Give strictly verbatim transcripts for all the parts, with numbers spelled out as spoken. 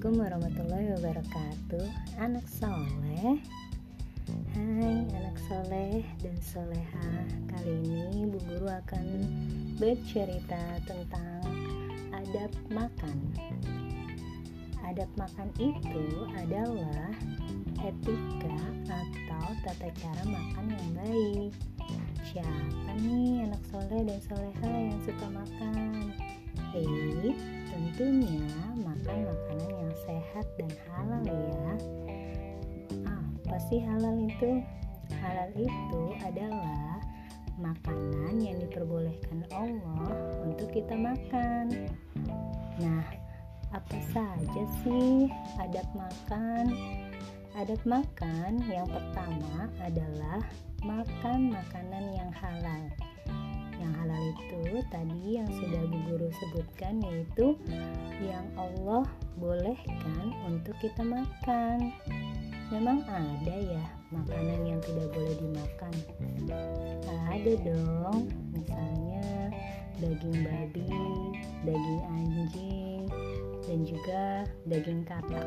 Assalamualaikum warahmatullahi wabarakatuh. Anak soleh. Hai anak soleh dan soleha. Kali ini Bu Guru akan bercerita tentang adab makan. Adab makan itu adalah etika atau tata cara makan yang baik. Siapa nih anak soleh dan soleha yang suka makan? Eh, tentunya makan makanan yang sehat dan halal ya. Apa sih halal itu? Halal itu adalah makanan yang diperbolehkan Allah untuk kita makan. Nah, apa saja sih adab makan? Adab makan yang pertama adalah makan makanan yang halal. Yang halal itu tadi yang sudah Bu Guru sebutkan, yaitu yang Allah bolehkan untuk kita makan. Memang ada ya makanan yang tidak boleh dimakan? Ada dong, misalnya daging babi, daging anjing, dan juga daging katak.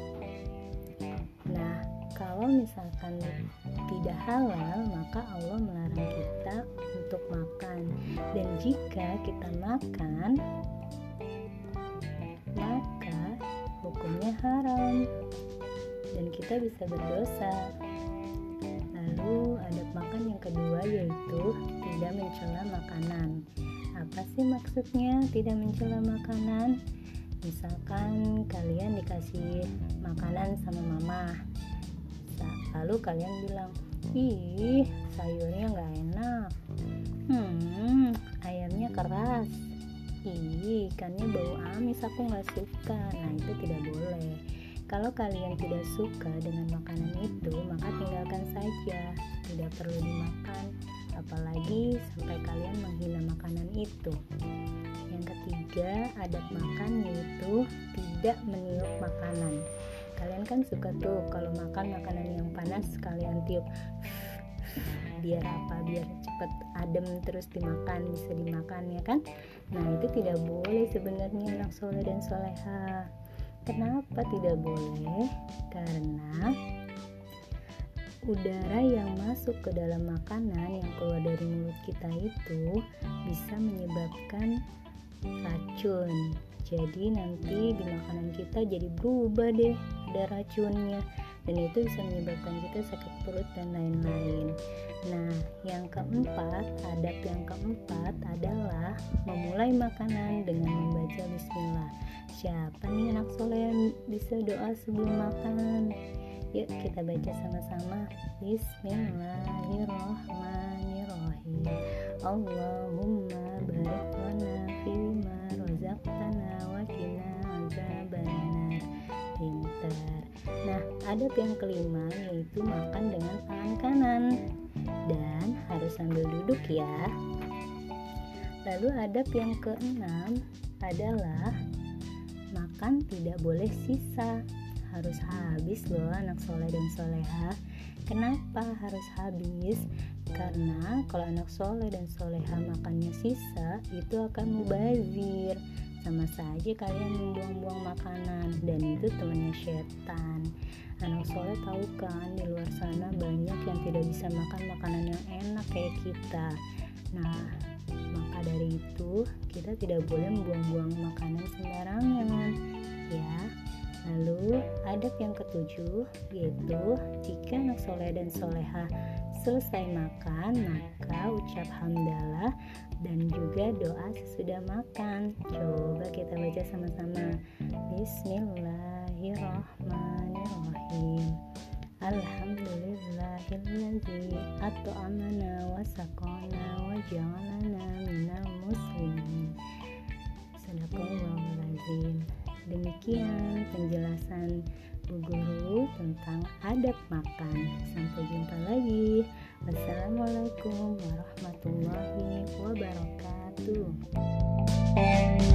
Nah, kalau misalkan tidak halal, maka Allah melarang kita untuk makan. Dan jika kita makan, maka hukumnya haram dan kita bisa berdosa. Lalu adab makan yang kedua yaitu tidak mencela makanan. Apa sih maksudnya tidak mencela makanan? Misalkan kalian dikasih makanan sama mama, lalu kalian bilang, ih sayurnya gak enak, hmm ayamnya keras, ih ikannya bau amis, aku gak suka. Nah, itu tidak boleh. Kalau kalian tidak suka dengan makanan itu, maka tinggalkan saja, tidak perlu dimakan, apalagi sampai kalian menghina makanan itu. Yang ketiga adab makan yaitu tidak meniup makanan. Kalian kan suka tuh kalau makan makanan yang panas kalian tiup, biar apa? Biar cepet adem terus dimakan, bisa dimakan ya kan? Nah, itu tidak boleh sebenarnya anak soleh dan soleha. Kenapa tidak boleh? Karena udara yang masuk ke dalam makanan yang keluar dari mulut kita itu bisa menyebabkan racun. Jadi nanti di makanan kita jadi berubah deh, ada racunnya, dan itu bisa menyebabkan kita sakit perut dan lain-lain. Nah, yang keempat, adab yang keempat adalah memulai makanan dengan membaca bismillah. Siapa nih anak soleh yang bisa doa sebelum makan? Yuk kita baca sama-sama. Bismillahirrahmanirrahim. Allahumma barik lana fima razaqtana wa qina azabannar. Pintar. Nah, adab yang kelima yaitu makan dengan tangan kanan dan harus sambil duduk ya. Lalu adab yang keenam adalah makan tidak boleh sisa, harus habis loh anak soleh dan soleha. Kenapa harus habis? Karena kalau anak soleh dan soleha makannya sisa, itu akan mubazir. Sama saja kalian membuang-buang makanan, dan itu temannya setan. Anak soleh tahu kan, di luar sana banyak yang tidak bisa makan makanan yang enak kayak kita. Nah, maka dari itu kita tidak boleh membuang-buang makanan sembarangan ya. Lalu adab yang ketujuh yaitu jika anak soleh dan soleha selesai makan, maka ucap hamdalah dan juga doa sesudah makan. Coba kita baca sama-sama. Bismillahirrahmanirrahim. Alhamdulillahilladzi at'amana wa saqana wa ja'alana minal muslimin. Sadaqallahul azim. Demikian penjelasan Bu Guru tentang adab makan. Sampai jumpa lagi. Wassalamualaikum warahmatullahi wabarakatuh.